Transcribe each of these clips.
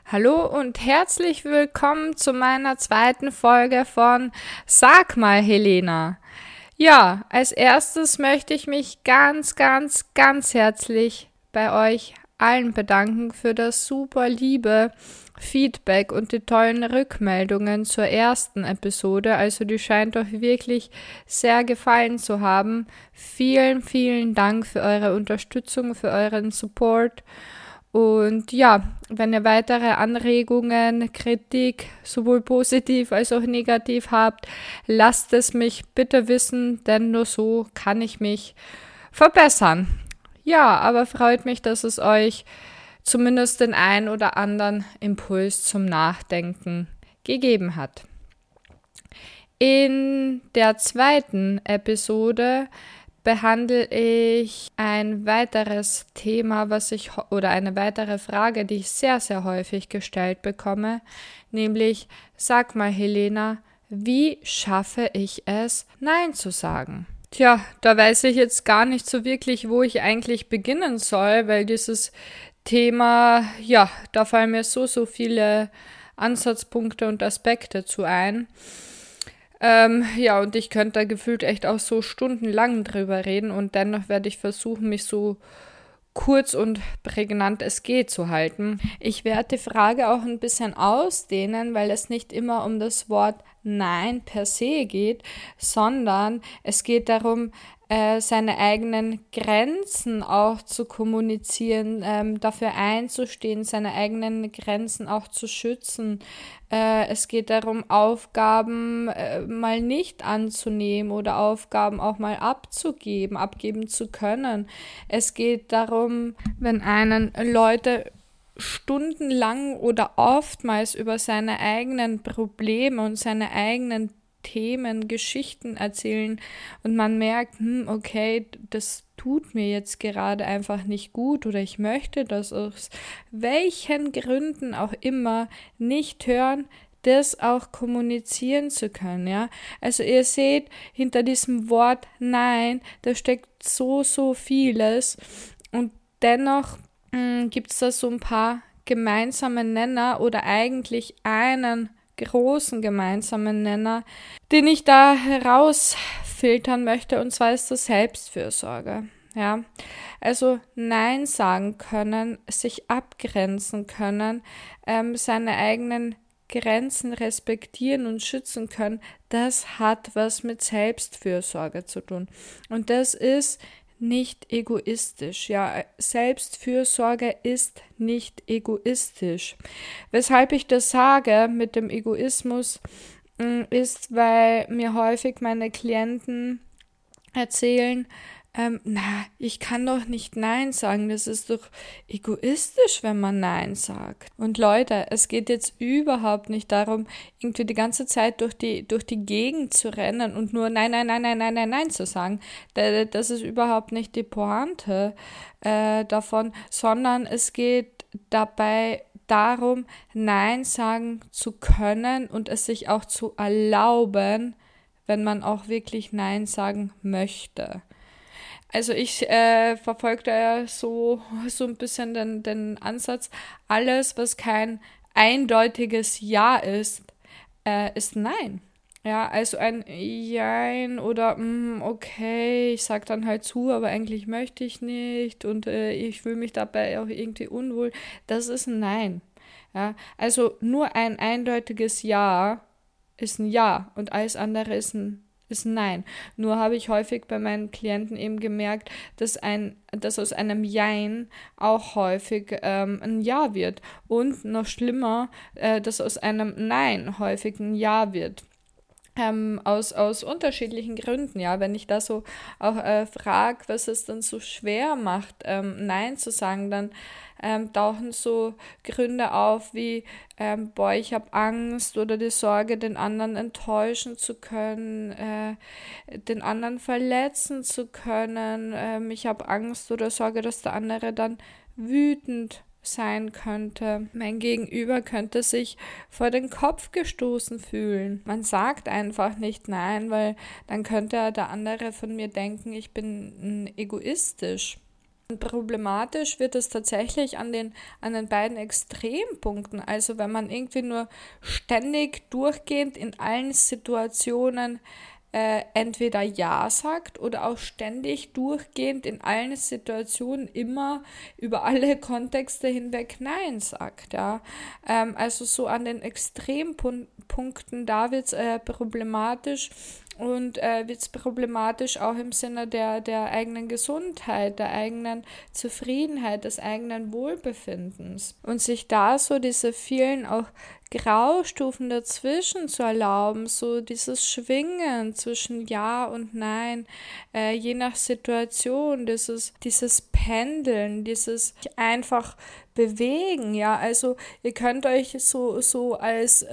Hallo und herzlich willkommen zu meiner zweiten Folge von Sag mal, Helena. Ja, als erstes möchte ich mich ganz herzlich bei euch allen bedanken für das super liebe Feedback und die tollen Rückmeldungen zur ersten Episode. Also die scheint euch wirklich sehr gefallen zu haben. Vielen Dank für eure Unterstützung, für euren Support. Und ja, wenn ihr weitere Anregungen, Kritik, sowohl positiv als auch negativ habt, lasst es mich bitte wissen, denn nur so kann ich mich verbessern. Ja, aber freut mich, dass es euch zumindest den ein oder anderen Impuls zum Nachdenken gegeben hat. In der zweiten Episode behandle ich ein weiteres Thema, oder eine weitere Frage, die ich sehr häufig gestellt bekomme, nämlich: Sag mal, Helena, wie schaffe ich es, Nein zu sagen? Tja, da weiß ich jetzt gar nicht so wirklich, wo ich eigentlich beginnen soll, weil dieses Thema, ja, da fallen mir so viele Ansatzpunkte und Aspekte zu ein. Ja, und ich könnte da gefühlt echt auch so stundenlang drüber reden und dennoch werde ich versuchen, mich so kurz und prägnant es geht zu halten. Ich werde die Frage auch ein bisschen ausdehnen, weil es nicht immer um das Wort Nein per se geht, sondern es geht darum, seine eigenen Grenzen auch zu kommunizieren, dafür einzustehen, seine eigenen Grenzen auch zu schützen. Es geht darum, Aufgaben mal nicht anzunehmen oder Aufgaben auch mal abgeben zu können. Es geht darum, wenn einen Leute stundenlang oder oftmals über seine eigenen Probleme und seine eigenen Themen, Geschichten erzählen und man merkt, okay, das tut mir jetzt gerade einfach nicht gut oder ich möchte das aus welchen Gründen auch immer nicht hören, das auch kommunizieren zu können, ja. Also ihr seht, hinter diesem Wort Nein, da steckt so vieles und dennoch gibt es da so ein paar gemeinsame Nenner oder eigentlich einen großen gemeinsamen Nenner, den ich da herausfiltern möchte, und zwar ist das Selbstfürsorge. Ja, also Nein sagen können, sich abgrenzen können, seine eigenen Grenzen respektieren und schützen können, das hat was mit Selbstfürsorge zu tun. Und das ist nicht egoistisch. Ja, Selbstfürsorge ist nicht egoistisch. Weshalb ich das sage mit dem Egoismus, ist, weil mir häufig meine Klienten erzählen, ich kann doch nicht Nein sagen, das ist doch egoistisch, wenn man Nein sagt. Und Leute, es geht jetzt überhaupt nicht darum, irgendwie die ganze Zeit durch die Gegend zu rennen und nur Nein zu sagen. Das ist überhaupt nicht die Pointe davon, sondern es geht dabei darum, Nein sagen zu können und es sich auch zu erlauben, wenn man auch wirklich Nein sagen möchte. Also ich verfolge da ja so ein bisschen den Ansatz, alles, was kein eindeutiges Ja ist Nein. Ja, also ein Jein oder okay, ich sag dann halt zu, aber eigentlich möchte ich nicht und ich fühle mich dabei auch irgendwie unwohl. Das ist ein Nein. Ja, also nur ein eindeutiges Ja ist ein Ja und alles andere ist ein Nein. Nur habe ich häufig bei meinen Klienten eben gemerkt, dass aus einem Jein auch häufig ein Ja wird. Und noch schlimmer, dass aus einem Nein häufig ein Ja wird. Aus unterschiedlichen Gründen, ja. Wenn ich da so auch frage, was es dann so schwer macht, Nein zu sagen, dann tauchen so Gründe auf wie, ich habe Angst oder die Sorge, den anderen enttäuschen zu können, den anderen verletzen zu können, ich habe Angst oder Sorge, dass der andere dann wütend sein könnte. Mein Gegenüber könnte sich vor den Kopf gestoßen fühlen. Man sagt einfach nicht Nein, weil dann könnte der andere von mir denken, ich bin egoistisch. Problematisch wird es tatsächlich an den beiden Extrempunkten. Also wenn man irgendwie nur ständig durchgehend in allen Situationen entweder Ja sagt oder auch ständig durchgehend in allen Situationen immer über alle Kontexte hinweg Nein sagt. Ja? Also so an den Extrempunkten, da wird es problematisch. Und wird es problematisch auch im Sinne der eigenen Gesundheit, der eigenen Zufriedenheit, des eigenen Wohlbefindens. Und sich da so diese vielen auch Graustufen dazwischen zu erlauben, so dieses Schwingen zwischen Ja und Nein, je nach Situation, dieses Pendeln, dieses einfach bewegen, ja, also ihr könnt euch so als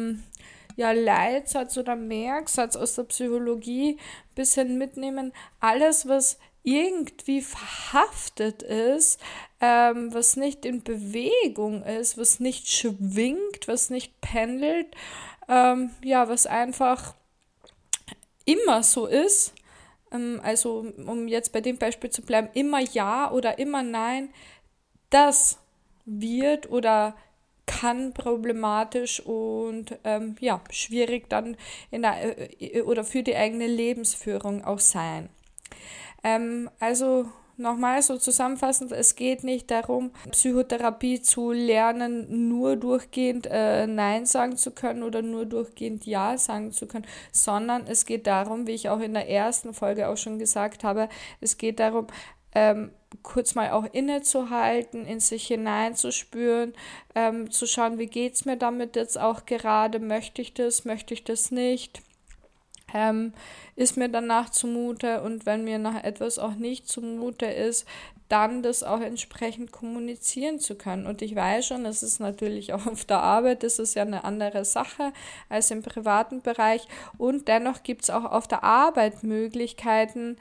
Leitsatz oder Merksatz aus der Psychologie ein bisschen mitnehmen. Alles, was irgendwie verhaftet ist, was nicht in Bewegung ist, was nicht schwingt, was nicht pendelt, was einfach immer so ist, also um jetzt bei dem Beispiel zu bleiben, immer Ja oder immer Nein, das wird oder kann problematisch und schwierig dann oder für die eigene Lebensführung auch sein. Also nochmal so zusammenfassend, es geht nicht darum, Psychotherapie zu lernen, nur durchgehend Nein sagen zu können oder nur durchgehend Ja sagen zu können, sondern es geht darum, wie ich auch in der ersten Folge auch schon gesagt habe, es geht darum, kurz mal auch innezuhalten, in sich hineinzuspüren, zu schauen, wie geht es mir damit jetzt auch gerade, möchte ich das nicht, ist mir danach zumute und wenn mir nach etwas auch nicht zumute ist, dann das auch entsprechend kommunizieren zu können. Und ich weiß schon, es ist natürlich auch auf der Arbeit, das ist ja eine andere Sache als im privaten Bereich und dennoch gibt es auch auf der Arbeit Möglichkeiten,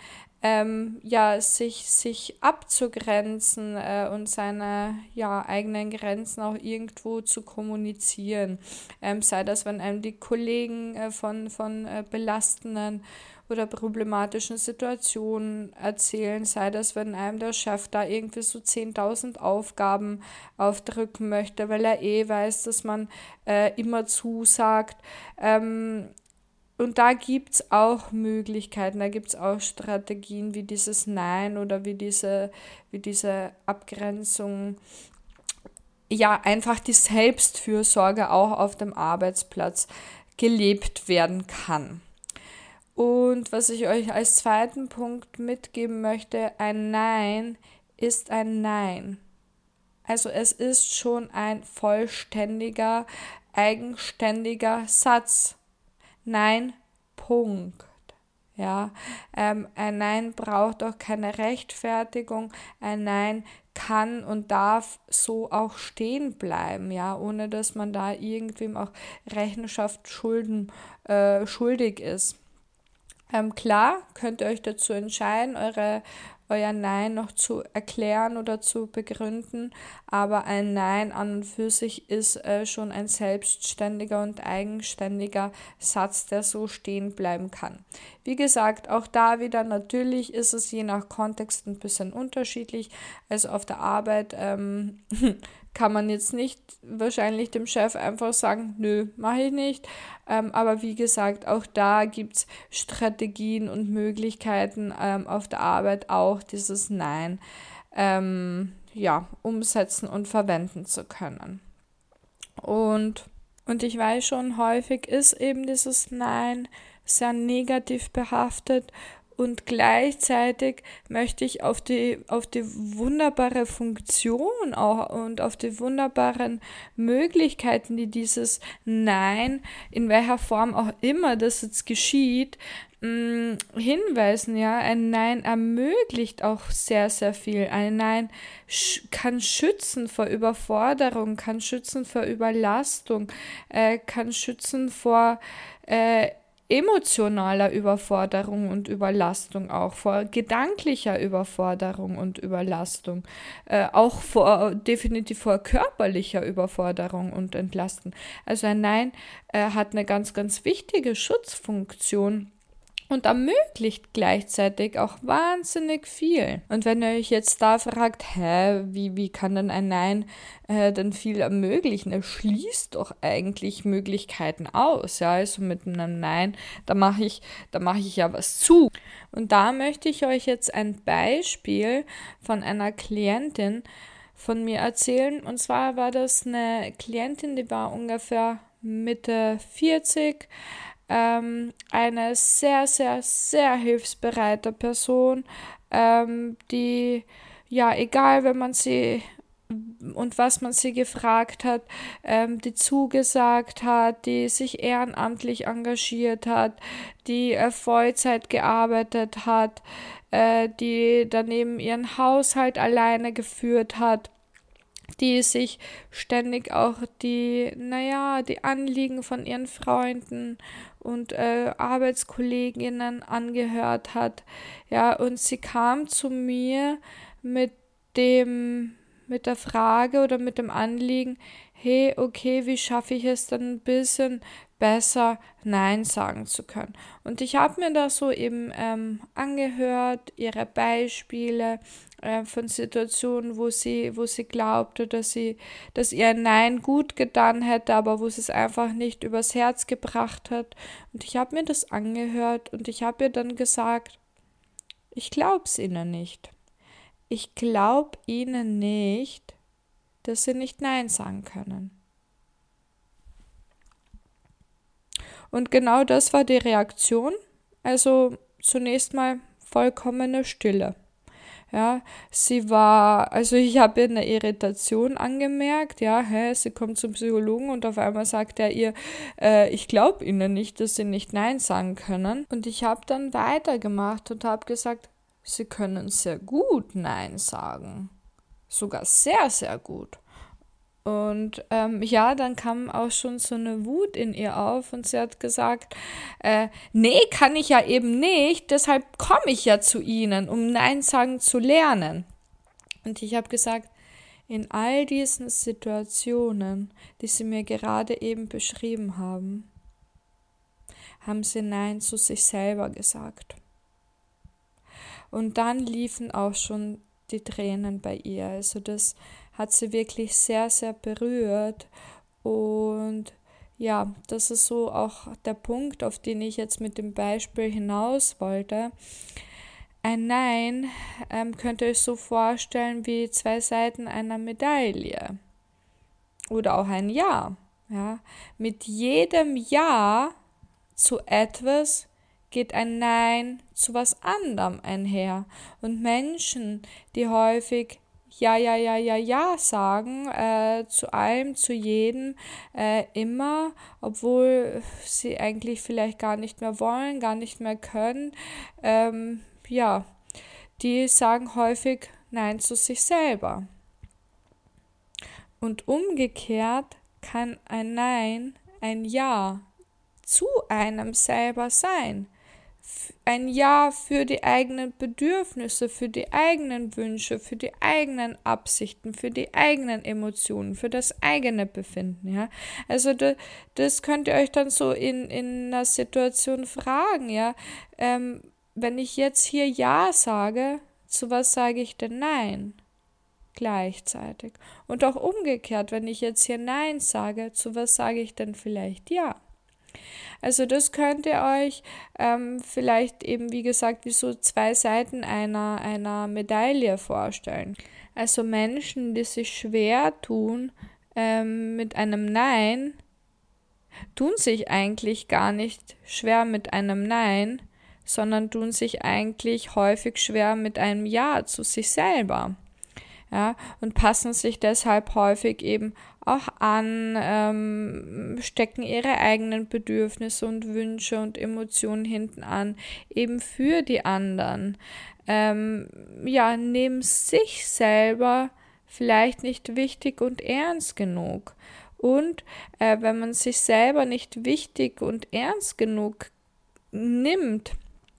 sich abzugrenzen und seine eigenen Grenzen auch irgendwo zu kommunizieren. Sei das, wenn einem die Kollegen von belastenden oder problematischen Situationen erzählen, sei das, wenn einem der Chef da irgendwie so 10.000 Aufgaben aufdrücken möchte, weil er weiß, dass man immer zusagt. Und da gibt es auch Möglichkeiten, da gibt es auch Strategien wie dieses Nein oder wie diese Abgrenzung, einfach die Selbstfürsorge auch auf dem Arbeitsplatz gelebt werden kann. Und was ich euch als zweiten Punkt mitgeben möchte, ein Nein ist ein Nein. Also es ist schon ein vollständiger, eigenständiger Satz. Nein, Punkt. Ja, ein Nein braucht auch keine Rechtfertigung. Ein Nein kann und darf so auch stehen bleiben, ja, ohne dass man da irgendwem auch Rechenschaft schuldig ist. Klar, könnt ihr euch dazu entscheiden, euer Nein noch zu erklären oder zu begründen, aber ein Nein an und für sich ist schon ein selbstständiger und eigenständiger Satz, der so stehen bleiben kann. Wie gesagt, auch da wieder, natürlich ist es je nach Kontext ein bisschen unterschiedlich. Also auf der Arbeit kann man jetzt nicht wahrscheinlich dem Chef einfach sagen, nö, mache ich nicht. Aber wie gesagt, auch da gibt es Strategien und Möglichkeiten auf der Arbeit auch dieses Nein umsetzen und verwenden zu können. Und ich weiß schon, häufig ist eben dieses Nein sehr negativ behaftet und gleichzeitig möchte ich auf die wunderbare Funktion auch und auf die wunderbaren Möglichkeiten, die dieses Nein, in welcher Form auch immer das jetzt geschieht, hinweisen. Ja, ein Nein ermöglicht auch sehr, sehr viel. Ein Nein kann schützen vor Überforderung, kann schützen vor Überlastung, kann schützen vor emotionaler Überforderung und Überlastung, auch vor gedanklicher Überforderung und Überlastung, auch definitiv vor körperlicher Überforderung und Entlasten. Also ein Nein hat eine ganz, ganz wichtige Schutzfunktion und ermöglicht gleichzeitig auch wahnsinnig viel. Und wenn ihr euch jetzt da fragt, wie kann denn ein Nein denn viel ermöglichen? Er schließt doch eigentlich Möglichkeiten aus. Ja, also mit einem Nein, da mache ich ja was zu. Und da möchte ich euch jetzt ein Beispiel von einer Klientin von mir erzählen. Und zwar war das eine Klientin, die war ungefähr Mitte 40, eine sehr, sehr, sehr hilfsbereite Person, die, ja, egal, wenn man sie und was man sie gefragt hat, die zugesagt hat, die sich ehrenamtlich engagiert hat, die Vollzeit gearbeitet hat, die daneben ihren Haushalt alleine geführt hat, die sich ständig auch die Anliegen von ihren Freunden und Arbeitskolleginnen angehört hat. Ja, und sie kam zu mir mit der Frage oder mit dem Anliegen, hey, okay, wie schaffe ich es dann ein bisschen besser Nein sagen zu können? Und ich habe mir das so eben angehört, ihre Beispiele von Situationen, wo sie glaubte, dass ihr ein Nein gut getan hätte, aber wo sie es einfach nicht übers Herz gebracht hat. Und ich habe mir das angehört und ich habe ihr dann gesagt, ich glaub's ihnen nicht. Ich glaube ihnen nicht, dass sie nicht Nein sagen können. Und genau das war die Reaktion. Also zunächst mal vollkommene Stille. Ja, ich habe ihr eine Irritation angemerkt, sie kommt zum Psychologen und auf einmal sagt er ihr, ich glaube ihnen nicht, dass sie nicht Nein sagen können. Und ich habe dann weitergemacht und habe gesagt, sie können sehr gut Nein sagen. Sogar sehr, sehr gut. Und dann kam auch schon so eine Wut in ihr auf und sie hat gesagt, nee, kann ich ja eben nicht, deshalb komme ich ja zu Ihnen, um Nein sagen zu lernen. Und ich habe gesagt, in all diesen Situationen, die Sie mir gerade eben beschrieben haben, haben Sie Nein zu sich selber gesagt. Und dann liefen auch schon die Tränen bei ihr. Also das hat sie wirklich sehr, sehr berührt. Und ja, das ist so auch der Punkt, auf den ich jetzt mit dem Beispiel hinaus wollte. Ein Nein könnt ihr euch so vorstellen wie 2 Seiten einer Medaille. Oder auch ein Ja. Ja. Mit jedem Ja zu etwas geht ein Nein zu was anderem einher. Und Menschen, die häufig ja sagen, zu allem, zu jedem, immer, obwohl sie eigentlich vielleicht gar nicht mehr wollen, gar nicht mehr können, die sagen häufig Nein zu sich selber. Und umgekehrt kann ein Nein ein Ja zu einem selber sein. Ein Ja für die eigenen Bedürfnisse, für die eigenen Wünsche, für die eigenen Absichten, für die eigenen Emotionen, für das eigene Befinden. Ja? Also das könnt ihr euch dann so in einer Situation fragen. Ja? Wenn ich jetzt hier Ja sage, zu was sage ich denn Nein? Gleichzeitig. Und auch umgekehrt, wenn ich jetzt hier Nein sage, zu was sage ich denn vielleicht Ja? Also das könnt ihr euch vielleicht eben, wie gesagt, wie so 2 Seiten einer Medaille vorstellen. Also Menschen, die sich schwer tun mit einem Nein, tun sich eigentlich gar nicht schwer mit einem Nein, sondern tun sich eigentlich häufig schwer mit einem Ja zu sich selber. Ja, und passen sich deshalb häufig eben auch an, stecken ihre eigenen Bedürfnisse und Wünsche und Emotionen hinten an, eben für die anderen. Nehmen sich selber vielleicht nicht wichtig und ernst genug. Und wenn man sich selber nicht wichtig und ernst genug nimmt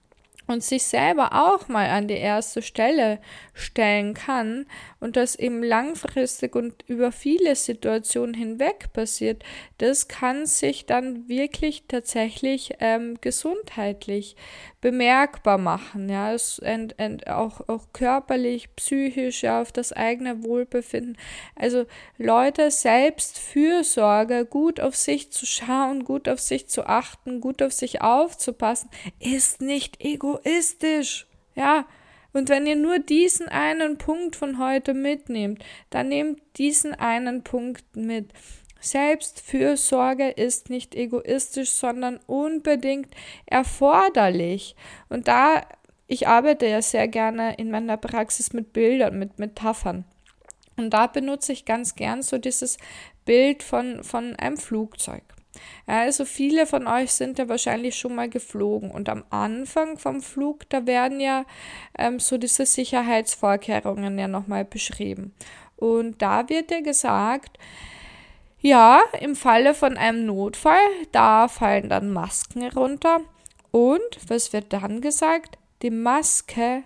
und sich selber auch mal an die erste Stelle stellen kann und das eben langfristig und über viele Situationen hinweg passiert, das kann sich dann wirklich tatsächlich gesundheitlich bemerkbar machen, ja, auch körperlich, psychisch, ja, auf das eigene Wohlbefinden. Also Leute, Selbstfürsorge, gut auf sich zu schauen, gut auf sich zu achten, gut auf sich aufzupassen, ist nicht egoistisch, ja. Und wenn ihr nur diesen einen Punkt von heute mitnehmt, dann nehmt diesen einen Punkt mit. Selbstfürsorge ist nicht egoistisch, sondern unbedingt erforderlich. Und ich arbeite ja sehr gerne in meiner Praxis mit Bildern, mit Metaphern. Und da benutze ich ganz gern so dieses Bild von einem Flugzeug. Ja, also viele von euch sind ja wahrscheinlich schon mal geflogen und am Anfang vom Flug, da werden ja so diese Sicherheitsvorkehrungen ja nochmal beschrieben. Und da wird ja gesagt, ja, im Falle von einem Notfall, da fallen dann Masken runter und was wird dann gesagt? Die Maske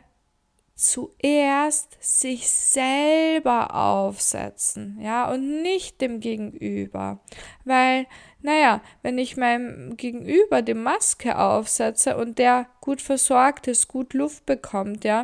zuerst sich selber aufsetzen, ja, und nicht dem Gegenüber. Weil, naja, wenn ich meinem Gegenüber die Maske aufsetze und der gut versorgt ist, gut Luft bekommt, ja,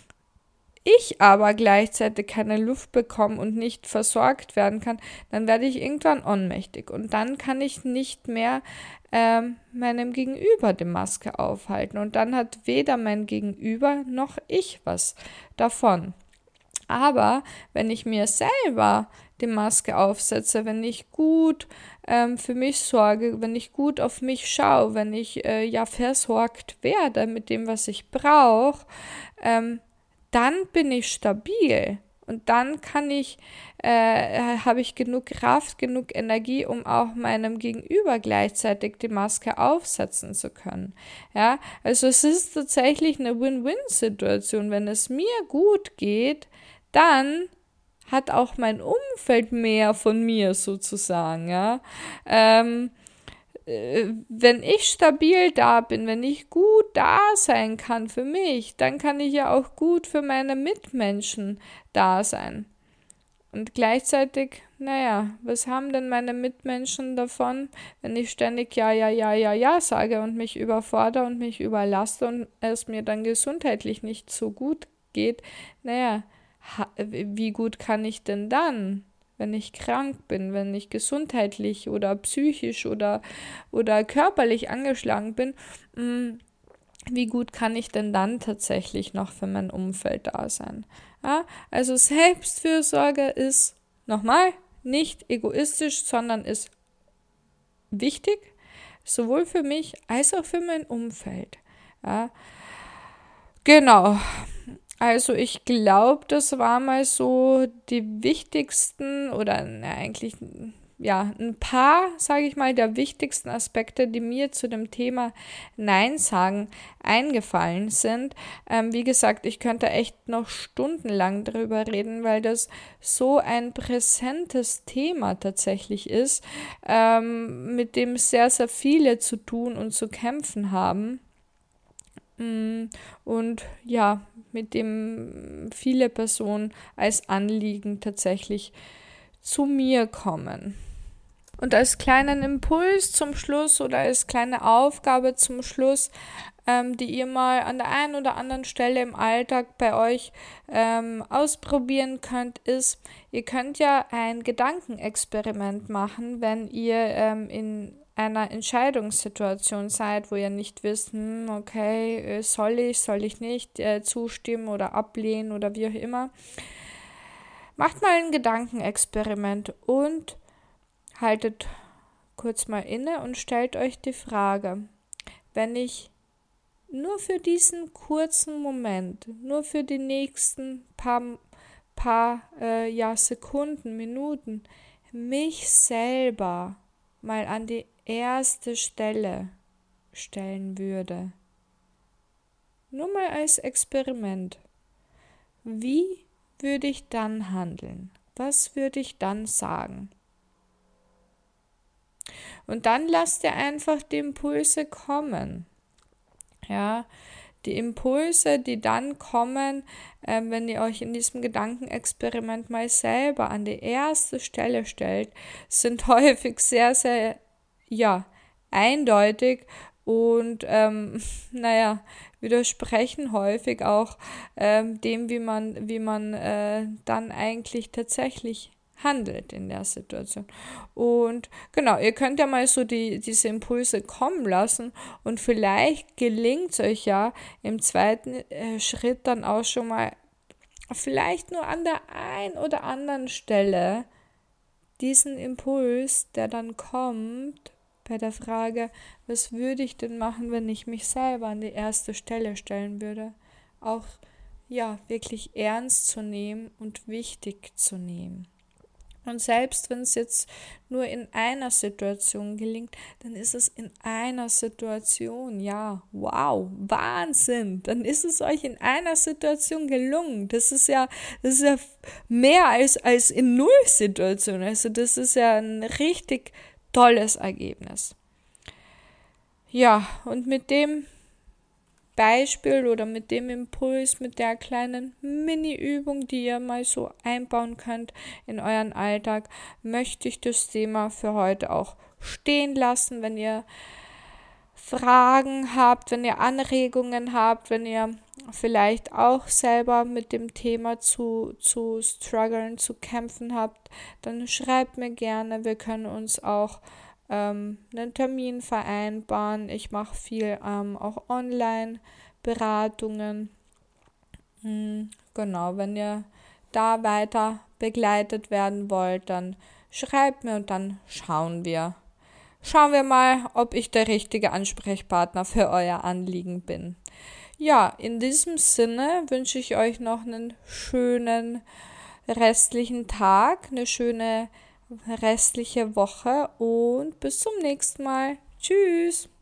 ich aber gleichzeitig keine Luft bekomme und nicht versorgt werden kann, dann werde ich irgendwann ohnmächtig und dann kann ich nicht mehr meinem Gegenüber die Maske aufhalten und dann hat weder mein Gegenüber noch ich was davon. Aber wenn ich mir selber die Maske aufsetze, wenn ich gut für mich sorge, wenn ich gut auf mich schaue, wenn ich versorgt werde mit dem, was ich brauche, dann bin ich stabil und dann habe ich genug Kraft, genug Energie, um auch meinem Gegenüber gleichzeitig die Maske aufsetzen zu können. Ja, also es ist tatsächlich eine Win-Win-Situation. Wenn es mir gut geht, dann hat auch mein Umfeld mehr von mir sozusagen, ja. Wenn ich stabil da bin, wenn ich gut da sein kann für mich, dann kann ich ja auch gut für meine Mitmenschen da sein. Und gleichzeitig, naja, was haben denn meine Mitmenschen davon, wenn ich ständig ja sage und mich überfordere und mich überlaste und es mir dann gesundheitlich nicht so gut geht? Naja, wie gut kann ich denn dann, wenn ich krank bin, wenn ich gesundheitlich oder psychisch oder körperlich angeschlagen bin, wie gut kann ich denn dann tatsächlich noch für mein Umfeld da sein? Ja, also Selbstfürsorge ist, nochmal, nicht egoistisch, sondern ist wichtig, sowohl für mich als auch für mein Umfeld. Ja, genau. Also ich glaube, das war mal so die wichtigsten oder eigentlich ja ein paar, sage ich mal, der wichtigsten Aspekte, die mir zu dem Thema Nein sagen eingefallen sind. Wie gesagt, ich könnte echt noch stundenlang darüber reden, weil das so ein präsentes Thema tatsächlich ist, mit dem sehr, sehr viele zu tun und zu kämpfen haben. Und ja, mit dem viele Personen als Anliegen tatsächlich zu mir kommen. Und als kleinen Impuls zum Schluss oder als kleine Aufgabe zum Schluss, die ihr mal an der einen oder anderen Stelle im Alltag bei euch ausprobieren könnt, ist, ihr könnt ja ein Gedankenexperiment machen, wenn ihr in einer Entscheidungssituation seid, wo ihr nicht wisst, okay, soll ich nicht zustimmen oder ablehnen oder wie auch immer. Macht mal ein Gedankenexperiment und haltet kurz mal inne und stellt euch die Frage, wenn ich nur für diesen kurzen Moment, nur für die nächsten paar Sekunden, Minuten, mich selber mal an die erste Stelle stellen würde. Nur mal als Experiment. Wie würde ich dann handeln? Was würde ich dann sagen? Und dann lasst ihr einfach die Impulse kommen. Ja, Die Impulse, die dann kommen, wenn ihr euch in diesem Gedankenexperiment mal selber an die erste Stelle stellt, sind häufig sehr, sehr, eindeutig und widersprechen häufig auch dem, wie man dann eigentlich tatsächlich handelt in der Situation. Und genau, ihr könnt ja mal so diese Impulse kommen lassen und vielleicht gelingt es euch ja im zweiten Schritt dann auch schon mal vielleicht nur an der ein oder anderen Stelle diesen Impuls, der dann kommt, bei der Frage, was würde ich denn machen, wenn ich mich selber an die erste Stelle stellen würde, auch wirklich ernst zu nehmen und wichtig zu nehmen. Und selbst wenn es jetzt nur in einer Situation gelingt, dann ist es in einer Situation, wow, Wahnsinn, dann ist es euch in einer Situation gelungen. Das ist ja mehr als in Null-Situationen. Also das ist ja ein richtig tolles Ergebnis. Ja, und mit dem Beispiel oder mit dem Impuls, mit der kleinen Mini-Übung, die ihr mal so einbauen könnt in euren Alltag, möchte ich das Thema für heute auch stehen lassen. Wenn ihr Fragen habt, wenn ihr Anregungen habt, wenn ihr vielleicht auch selber mit dem Thema zu strugglen, zu kämpfen habt, dann schreibt mir gerne. Wir können uns auch einen Termin vereinbaren. Ich mache viel auch Online-Beratungen. Genau, wenn ihr da weiter begleitet werden wollt, dann schreibt mir und dann schauen wir mal, ob ich der richtige Ansprechpartner für euer Anliegen bin. Ja, in diesem Sinne wünsche ich euch noch einen schönen restlichen Tag, eine schöne restliche Woche und bis zum nächsten Mal. Tschüss!